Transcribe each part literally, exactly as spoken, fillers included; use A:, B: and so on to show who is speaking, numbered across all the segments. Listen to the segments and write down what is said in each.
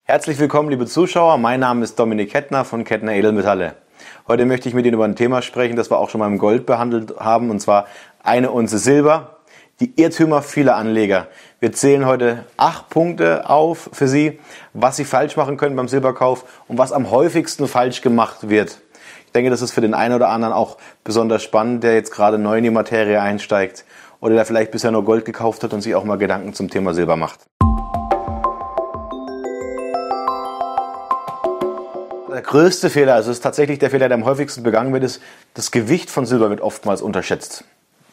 A: Herzlich willkommen, liebe Zuschauer. Mein Name ist Dominik Kettner von Kettner Edelmetalle. Heute möchte ich mit Ihnen über ein Thema sprechen, das wir auch schon mal im Gold behandelt haben, und zwar eine Unze Silber, die Irrtümer vieler Anleger. Wir zählen heute acht Punkte auf für Sie, was Sie falsch machen können beim Silberkauf und was am häufigsten falsch gemacht wird. Ich denke, das ist für den einen oder anderen auch besonders spannend, der jetzt gerade neu in die Materie einsteigt oder der vielleicht bisher nur Gold gekauft hat und sich auch mal Gedanken zum Thema Silber macht. Der größte Fehler, also ist tatsächlich der Fehler, der am häufigsten begangen wird, ist, das Gewicht von Silber wird oftmals unterschätzt.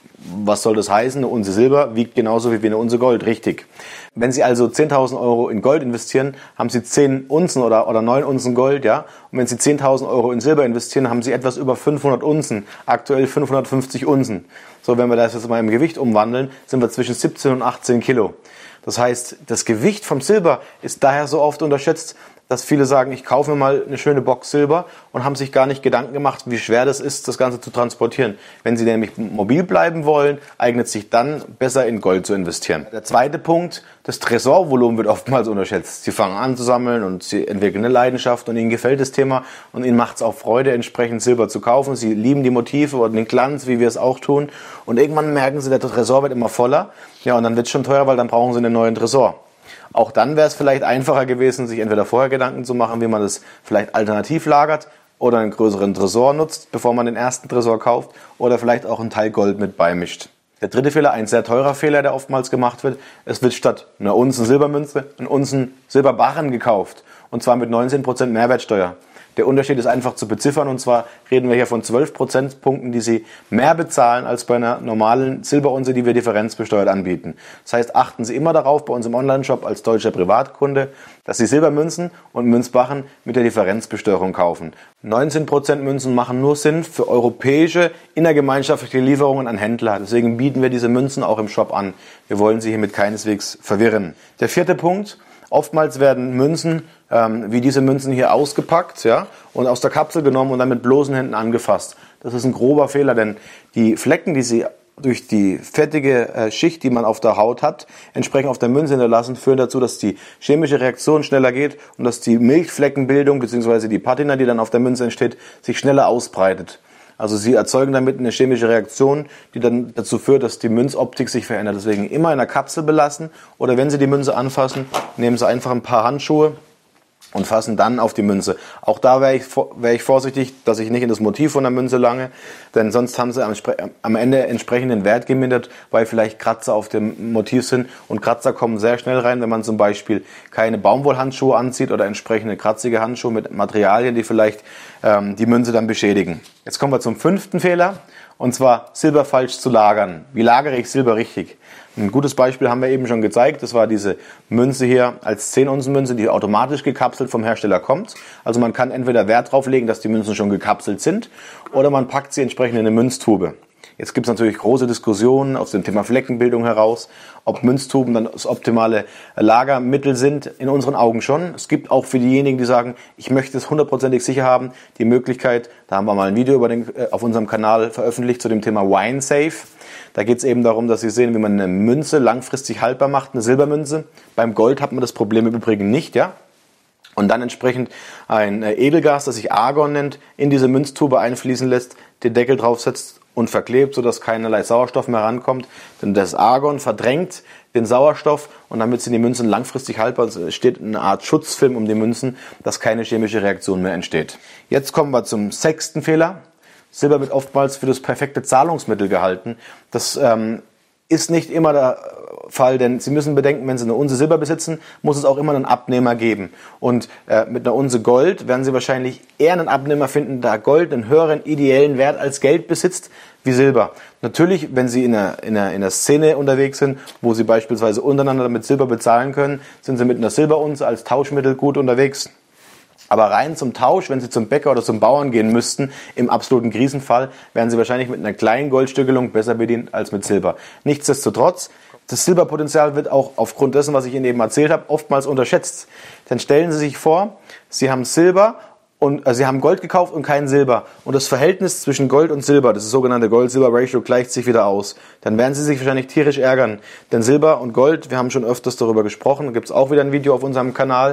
A: Was soll das heißen? Eine Unze Silber wiegt genauso wie eine Unze Gold, richtig. Wenn Sie also zehntausend Euro in Gold investieren, haben Sie zehn Unzen oder, oder neun Unzen Gold, ja. Und wenn Sie zehntausend Euro in Silber investieren, haben Sie etwas über fünfhundert Unzen, aktuell fünfhundertfünfzig Unzen. So, wenn wir das jetzt mal im Gewicht umwandeln, sind wir zwischen siebzehn und achtzehn Kilo. Das heißt, das Gewicht vom Silber ist daher so oft unterschätzt, dass viele sagen, ich kaufe mir mal eine schöne Box Silber und haben sich gar nicht Gedanken gemacht, wie schwer das ist, das Ganze zu transportieren. Wenn Sie nämlich mobil bleiben wollen, eignet sich dann besser in Gold zu investieren. Der zweite Punkt, das Tresorvolumen wird oftmals unterschätzt. Sie fangen an zu sammeln und Sie entwickeln eine Leidenschaft und Ihnen gefällt das Thema und Ihnen macht es auch Freude, entsprechend Silber zu kaufen. Sie lieben die Motive und den Glanz, wie wir es auch tun. Und irgendwann merken Sie, der Tresor wird immer voller. Ja, und dann wird es schon teuer, weil dann brauchen Sie einen neuen Tresor. Auch dann wäre es vielleicht einfacher gewesen, sich entweder vorher Gedanken zu machen, wie man das vielleicht alternativ lagert oder einen größeren Tresor nutzt, bevor man den ersten Tresor kauft, oder vielleicht auch einen Teil Gold mit beimischt. Der dritte Fehler, ein sehr teurer Fehler, der oftmals gemacht wird: Es wird statt einer Unzen Silbermünze ein Unzen Silberbarren gekauft, und zwar mit neunzehn Prozent Mehrwertsteuer. Der Unterschied ist einfach zu beziffern, und zwar reden wir hier von zwölf Prozentpunkten, die Sie mehr bezahlen als bei einer normalen Silberunze, die wir differenzbesteuert anbieten. Das heißt, achten Sie immer darauf bei uns im Onlineshop als deutscher Privatkunde, dass Sie Silbermünzen und Münzbarren mit der Differenzbesteuerung kaufen. neunzehn Prozent Münzen machen nur Sinn für europäische innergemeinschaftliche Lieferungen an Händler. Deswegen bieten wir diese Münzen auch im Shop an. Wir wollen Sie hiermit keineswegs verwirren. Der vierte Punkt: Oftmals werden Münzen, ähm, wie diese Münzen hier, ausgepackt, ja, und aus der Kapsel genommen und dann mit bloßen Händen angefasst. Das ist ein grober Fehler, denn die Flecken, die Sie durch die fettige äh, Schicht, die man auf der Haut hat, entsprechend auf der Münze hinterlassen, führen dazu, dass die chemische Reaktion schneller geht und dass die Milchfleckenbildung bzw. die Patina, die dann auf der Münze entsteht, sich schneller ausbreitet. Also Sie erzeugen damit eine chemische Reaktion, die dann dazu führt, dass die Münzoptik sich verändert. Deswegen immer in der Kapsel belassen, oder wenn Sie die Münze anfassen, nehmen Sie einfach ein paar Handschuhe und fassen dann auf die Münze. Auch da wäre ich, wäre ich vorsichtig, dass ich nicht in das Motiv von der Münze lange, denn sonst haben Sie am, am Ende entsprechenden Wert gemindert, weil vielleicht Kratzer auf dem Motiv sind, und Kratzer kommen sehr schnell rein, wenn man zum Beispiel keine Baumwollhandschuhe anzieht oder entsprechende kratzige Handschuhe mit Materialien, die vielleicht ähm, die Münze dann beschädigen. Jetzt kommen wir zum fünften Fehler, und zwar Silber falsch zu lagern. Wie lagere ich Silber richtig? Ein gutes Beispiel haben wir eben schon gezeigt. Das war diese Münze hier als zehn Unzen Münze, die automatisch gekapselt vom Hersteller kommt. Also man kann entweder Wert drauf legen, dass die Münzen schon gekapselt sind, oder man packt sie entsprechend in eine Münztube. Jetzt gibt es natürlich große Diskussionen aus dem Thema Fleckenbildung heraus, ob Münztuben dann das optimale Lagermittel sind. In unseren Augen schon. Es gibt auch für diejenigen, die sagen, ich möchte es hundertprozentig sicher haben, die Möglichkeit, da haben wir mal ein Video über den, äh, auf unserem Kanal veröffentlicht zu dem Thema Wine Safe. Da geht es eben darum, dass Sie sehen, wie man eine Münze langfristig haltbar macht, eine Silbermünze. Beim Gold hat man das Problem im Übrigen nicht, ja. Und dann entsprechend ein Edelgas, das sich Argon nennt, in diese Münztube einfließen lässt, den Deckel draufsetzt und verklebt, sodass keinerlei Sauerstoff mehr rankommt. Denn das Argon verdrängt den Sauerstoff, und damit sind die Münzen langfristig haltbar. Es steht eine Art Schutzfilm um die Münzen, dass keine chemische Reaktion mehr entsteht. Jetzt kommen wir zum sechsten Fehler. Silber wird oftmals für das perfekte Zahlungsmittel gehalten. Das ähm, ist nicht immer der Fall, denn Sie müssen bedenken, wenn Sie eine Unze Silber besitzen, muss es auch immer einen Abnehmer geben. Und äh, mit einer Unze Gold werden Sie wahrscheinlich eher einen Abnehmer finden, da Gold einen höheren ideellen Wert als Geld besitzt wie Silber. Natürlich, wenn Sie in einer, in, einer, in einer Szene unterwegs sind, wo Sie beispielsweise untereinander mit Silber bezahlen können, sind Sie mit einer Silberunze als Tauschmittel gut unterwegs. Aber rein zum Tausch, wenn Sie zum Bäcker oder zum Bauern gehen müssten, im absoluten Krisenfall, wären Sie wahrscheinlich mit einer kleinen Goldstückelung besser bedient als mit Silber. Nichtsdestotrotz, das Silberpotenzial wird auch aufgrund dessen, was ich Ihnen eben erzählt habe, oftmals unterschätzt. Dann stellen Sie sich vor, Sie haben Silber und also Sie haben Gold gekauft und kein Silber. Und das Verhältnis zwischen Gold und Silber, das sogenannte Gold-Silber-Ratio, gleicht sich wieder aus. Dann werden Sie sich wahrscheinlich tierisch ärgern. Denn Silber und Gold, wir haben schon öfters darüber gesprochen, da gibt es auch wieder ein Video auf unserem Kanal,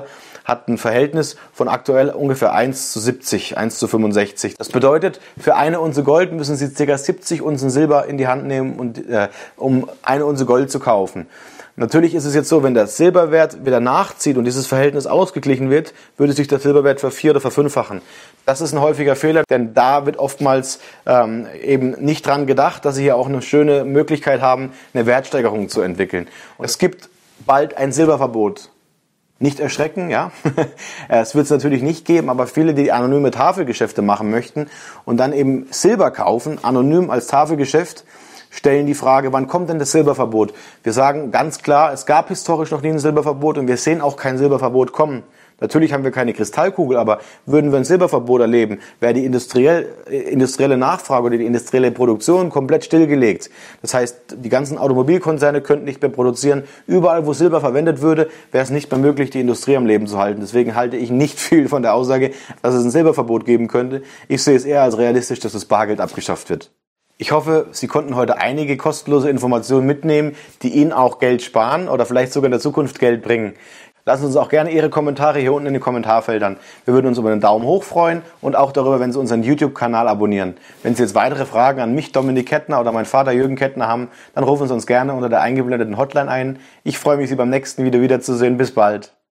A: hat ein Verhältnis von aktuell ungefähr eins zu siebzig, eins zu fünfundsechzig. Das bedeutet, für eine Unze Gold müssen Sie ca. siebzig Unzen Silber in die Hand nehmen, und, äh, um eine Unze Gold zu kaufen. Natürlich ist es jetzt so, wenn der Silberwert wieder nachzieht und dieses Verhältnis ausgeglichen wird, würde sich der Silberwert vervier- oder verfünffachen. Das ist ein häufiger Fehler, denn da wird oftmals ähm, eben nicht dran gedacht, dass Sie hier auch eine schöne Möglichkeit haben, eine Wertsteigerung zu entwickeln. Und es gibt bald ein Silberverbot. Nicht erschrecken, ja. Es wird es natürlich nicht geben, aber viele, die anonyme Tafelgeschäfte machen möchten und dann eben Silber kaufen, anonym als Tafelgeschäft, stellen die Frage, wann kommt denn das Silberverbot? Wir sagen ganz klar, es gab historisch noch nie ein Silberverbot und wir sehen auch kein Silberverbot kommen. Natürlich haben wir keine Kristallkugel, aber würden wir ein Silberverbot erleben, wäre die industriell, industrielle Nachfrage oder die industrielle Produktion komplett stillgelegt. Das heißt, die ganzen Automobilkonzerne könnten nicht mehr produzieren. Überall, wo Silber verwendet würde, wäre es nicht mehr möglich, die Industrie am Leben zu halten. Deswegen halte ich nicht viel von der Aussage, dass es ein Silberverbot geben könnte. Ich sehe es eher als realistisch, dass das Bargeld abgeschafft wird. Ich hoffe, Sie konnten heute einige kostenlose Informationen mitnehmen, die Ihnen auch Geld sparen oder vielleicht sogar in der Zukunft Geld bringen. Lassen Sie uns auch gerne Ihre Kommentare hier unten in den Kommentarfeldern. Wir würden uns über einen Daumen hoch freuen und auch darüber, wenn Sie unseren YouTube-Kanal abonnieren. Wenn Sie jetzt weitere Fragen an mich, Dominik Kettner, oder meinen Vater Jürgen Kettner haben, dann rufen Sie uns gerne unter der eingeblendeten Hotline ein. Ich freue mich, Sie beim nächsten Video wiederzusehen. Bis bald.